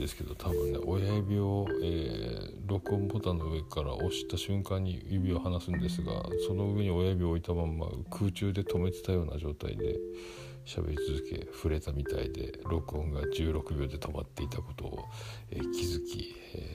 ですけど、多分ね親指を、録音ボタンの上から押した瞬間に指を離すんですが、その上に親指を置いたまま空中で止めてたような状態で喋り続け、触れたみたいで録音が16秒で止まっていたことを、気づき、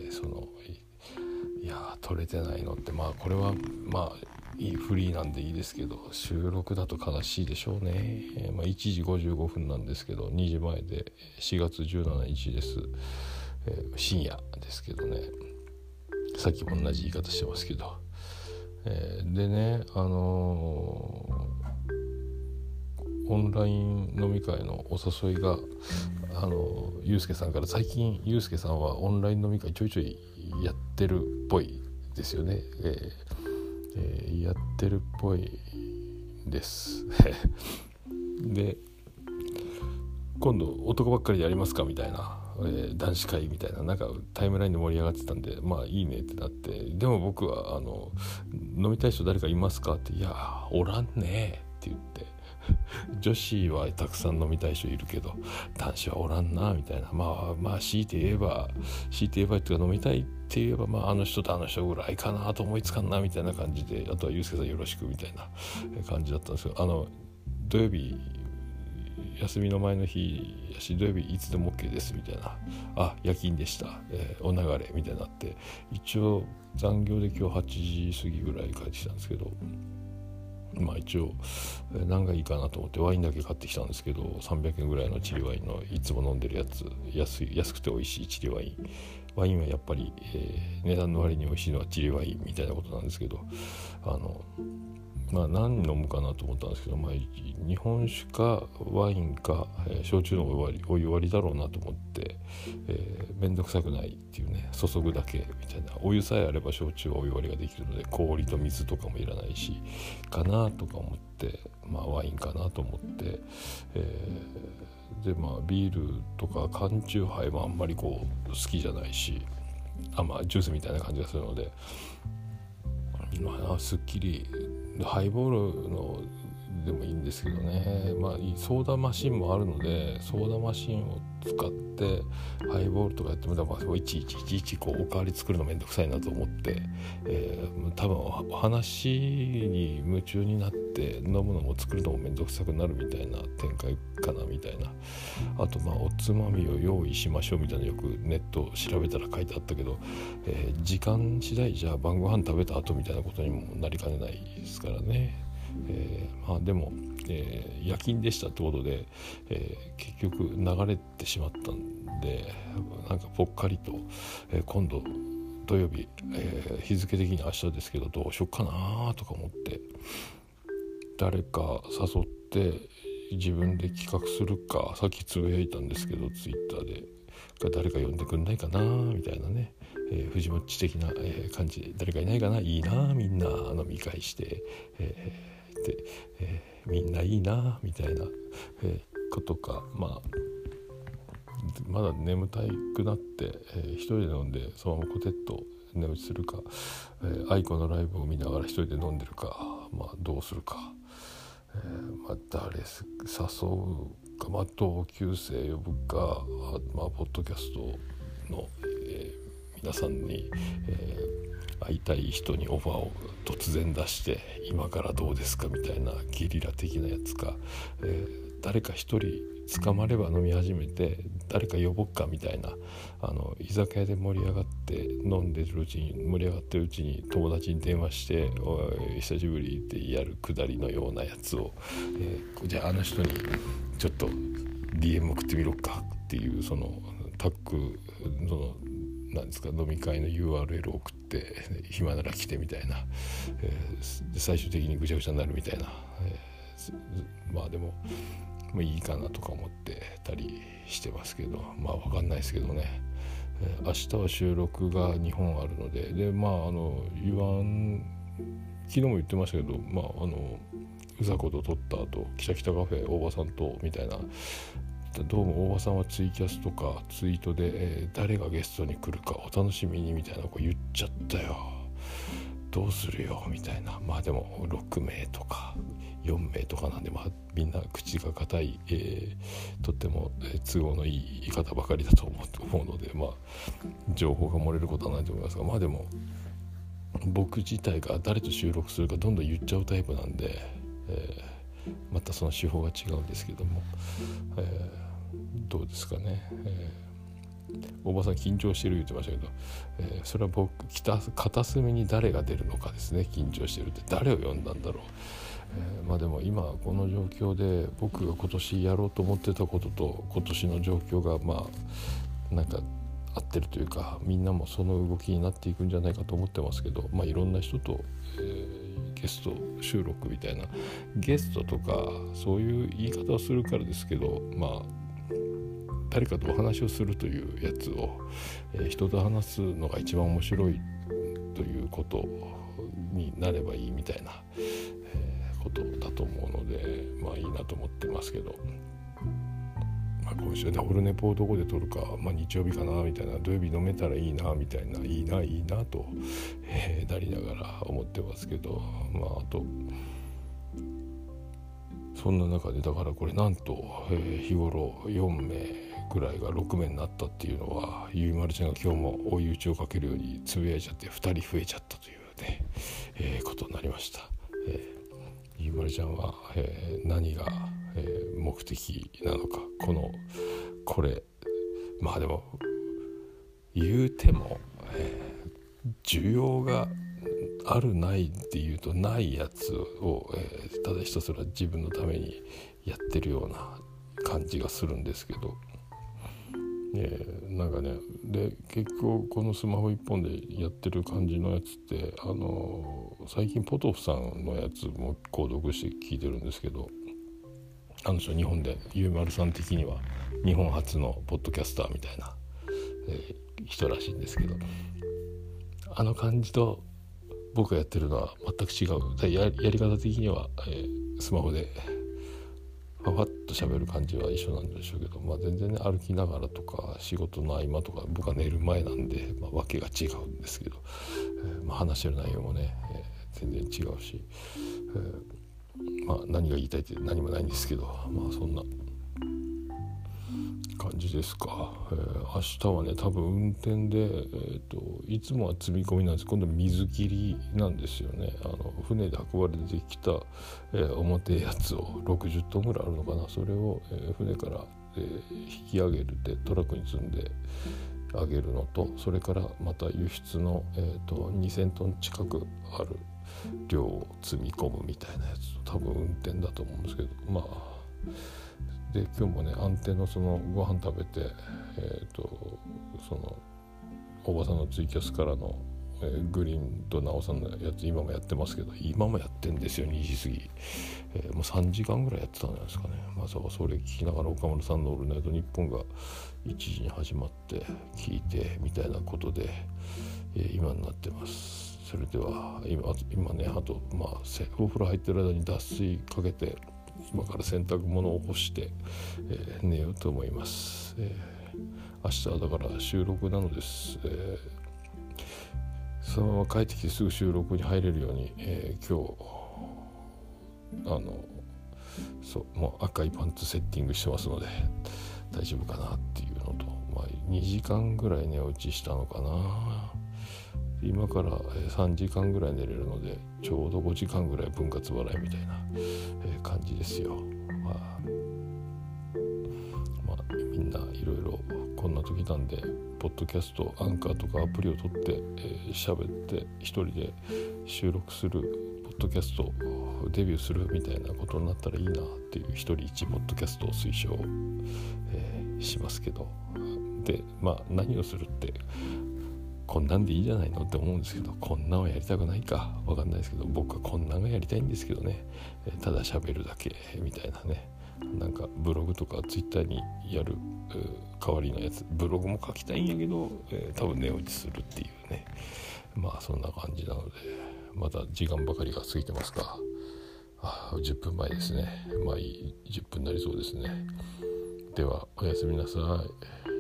いや撮れてないのって、これはフリーなんでいいですけど、収録だと悲しいでしょうね。1時55分なんですけど、2時前で4月17日です。深夜ですけどね、さっきも同じ言い方してますけど、でね、オンライン飲み会のお誘いがゆうすけさんから、最近ゆうすけさんはオンライン飲み会ちょいちょいやってるっぽいですよね。やってるっぽいですで、今度男ばっかりでやりますかみたいな、男子会みたいな、なんかタイムラインで盛り上がってたんで、いいねってなって、でも僕は飲みたい人誰かいますかって、いやおらんねって言って、女子はたくさん飲みたい人いるけど男子はおらんなみたいな、強いて言えばっていうか、飲みたいって言えば、あの人とあの人ぐらいかなと思いつかんなみたいな感じで、あとはゆうすけさんよろしくみたいな感じだったんですけど、土曜日休みの前の日やし、土曜日いつでも OK ですみたいな、夜勤でした、お流れみたいになって、一応残業で今日8時過ぎぐらい帰ってきたんですけど、一応何がいいかなと思ってワインだけ買ってきたんですけど、300円ぐらいのチリワインのいつも飲んでるやつ、安くて美味しいチリワイン。ワインはやっぱり、値段の割に美味しいのはチリワインみたいなことなんですけど、何飲むかなと思ったんですけど、日本酒かワインか、焼酎のお湯割りだろうなと思って、めんどくさくないっていうね、注ぐだけみたいな、お湯さえあれば焼酎はお湯割りができるので氷と水とかもいらないしかなとか思って、ワインかなと思って、でビールとか缶チューハイもあんまり好きじゃないし、ジュースみたいな感じがするので、すっきりハイボールのでもいいんですけどね、ソーダマシンもあるので、ソーダマシンを使ってハイボールとかやっても、いちいちおかわり作るのめんどくさいなと思って、多分話に夢中になって飲むのも作るのもめんどくさくなるみたいな展開かなみたいな。あとおつまみを用意しましょうみたいな、よくネット調べたら書いてあったけど、時間次第じゃ晩ご飯食べた後みたいなことにもなりかねないですからね。でも、夜勤でしたってことで、結局流れてしまったんで、なんかぽっかりと、今度土曜日、日付的に明日ですけど、どうしよっかなとか思って、誰か誘って自分で企画するか、さっきつぶやいたんですけどツイッターで、誰か呼んでくんないかなみたいなね、藤もっち的な、感じで、誰かいないかな、いいなみんな飲み会して、みんないいなみたいな、ことか、まだ眠たくなって、一人で飲んでそのままコテッと寝落ちするか、愛子のライブを見ながら一人で飲んでるか、どうするか、誰誘うか、同級生呼ぶか、ポッドキャストの、皆さんに、会いたい人にオファーを突然出して、今からどうですかみたいなゲリラ的なやつか、誰か一人捕まれば飲み始めて、誰か呼ぼっかみたいな、居酒屋で盛り上がって飲んでるうちに、友達に電話して「おい久しぶり」ってやるくだりのようなやつを、じゃああの人にちょっと DM 送ってみろかっていう、そのタッグのなんですか、飲み会の URL を送って暇なら来てみたいな、最終的にぐちゃぐちゃになるみたいな、でもいいかなとか思ってたりしてますけど、分かんないですけどね。明日は収録が2本あるので、昨日も言ってましたけど、うざこと撮った後、キタキタカフェ大場さんとみたいな、どうも大場さんはツイキャスとかツイートで、誰がゲストに来るかお楽しみにみたいな言っちゃったよ、どうするよみたいな。でも6名とか 4名とかなんで、みんな口が固い、とっても都合のいい言い方ばかりだと思うので、情報が漏れることはないと思いますが、でも僕自体が誰と収録するかどんどん言っちゃうタイプなんで、またその手法が違うんですけども、どうですかね。おばさん緊張してる言ってましたけど、それは僕片隅に誰が出るのかですね。緊張してるって誰を呼んだんだろう。でも今この状況で僕が今年やろうと思ってたことと今年の状況がなんか合ってるというか、みんなもその動きになっていくんじゃないかと思ってますけど、いろんな人と、ゲスト収録みたいな、ゲストとかそういう言い方をするからですけど、誰かとお話をするというやつを、人と話すのが一番面白いということになればいいみたいな、ことだと思うので、いいなと思ってますけど、今週でオルネポをどこで撮るか、日曜日かなみたいな、土曜日飲めたらいいなみたいな、いいなと、なりながら思ってますけど、あとそんな中でだからこれなんと、日頃4名ぐらいが6名になったっていうのは、ゆいまるちゃんが今日も追い打ちをかけるようにつぶやいちゃって2人増えちゃったというね、ことになりました。ゆいまるちゃんは、何が、目的なのか、これでも言うても、需要があるないっていうとないやつを、ただひたすら自分のためにやってるような感じがするんですけど、なんかね、で結構このスマホ一本でやってる感じのやつって、最近ポトフさんのやつも購読して聞いてるんですけど、日本でゆうまるさん的には日本初のポッドキャスターみたいな、人らしいんですけど、あの感じと僕がやってるのは全く違う。やり方的には、スマホでパパッと喋る感じは一緒なんでしょうけど、全然ね、歩きながらとか仕事の合間とか、僕は寝る前なんで、わけが違うんですけど、話してる内容もね、全然違うし、何が言いたいって何もないんですけど、そんな感じですか。明日はね、多分運転で、いつもは積み込みなんです。今度水切りなんですよね。船で運ばれてきた、重てえやつを60トンぐらいあるのかな、それを、船から、引き上げるでトラックに積んであげるのと、それからまた輸出の、2000トン近くある量を積み込むみたいなやつと、多分運転だと思うんですけど、で今日もね、安定のそのご飯食べて、そのおばさんのツイキャスからの、グリーンとナオさんのやつ今もやってますけど、今もやってんですよ。2時過ぎ、もう3時間ぐらいやってたんじゃないですかね。それ聞きながら岡村さんのオールナイトニッポンが1時に始まって聞いてみたいなことで、今になってます。それでは今ね、あとお風呂入ってる間に脱水かけて、今から洗濯物を干して、寝ようと思います。明日はだから収録なのです。そのまま帰ってきてすぐ収録に入れるように、今日もう赤いパンツセッティングしてますので大丈夫かなっていうのと、2時間ぐらい寝落ちしたのかな。今から3時間ぐらい寝れるので、ちょうど5時間ぐらい分割払いみたいな、感じですよ。みんないろいろこんな時なんで、ポッドキャストアンカーとかアプリを取って喋って一人で収録するポッドキャストデビューするみたいなことになったらいいなっていう、一人一ポッドキャストを推奨、しますけど、で何をするって、こんなんでいいじゃないのって思うんですけど、こんなんはやりたくないかわかんないですけど、僕はこんなんがやりたいんですけどね、ただ喋るだけみたいなね、なんかブログとかツイッターにやる代わりのやつ、ブログも書きたいんやけど、多分寝落ちするっていうね、そんな感じなので、また時間ばかりが過ぎてますが、10分前ですね。10分になりそうですね。ではおやすみなさい。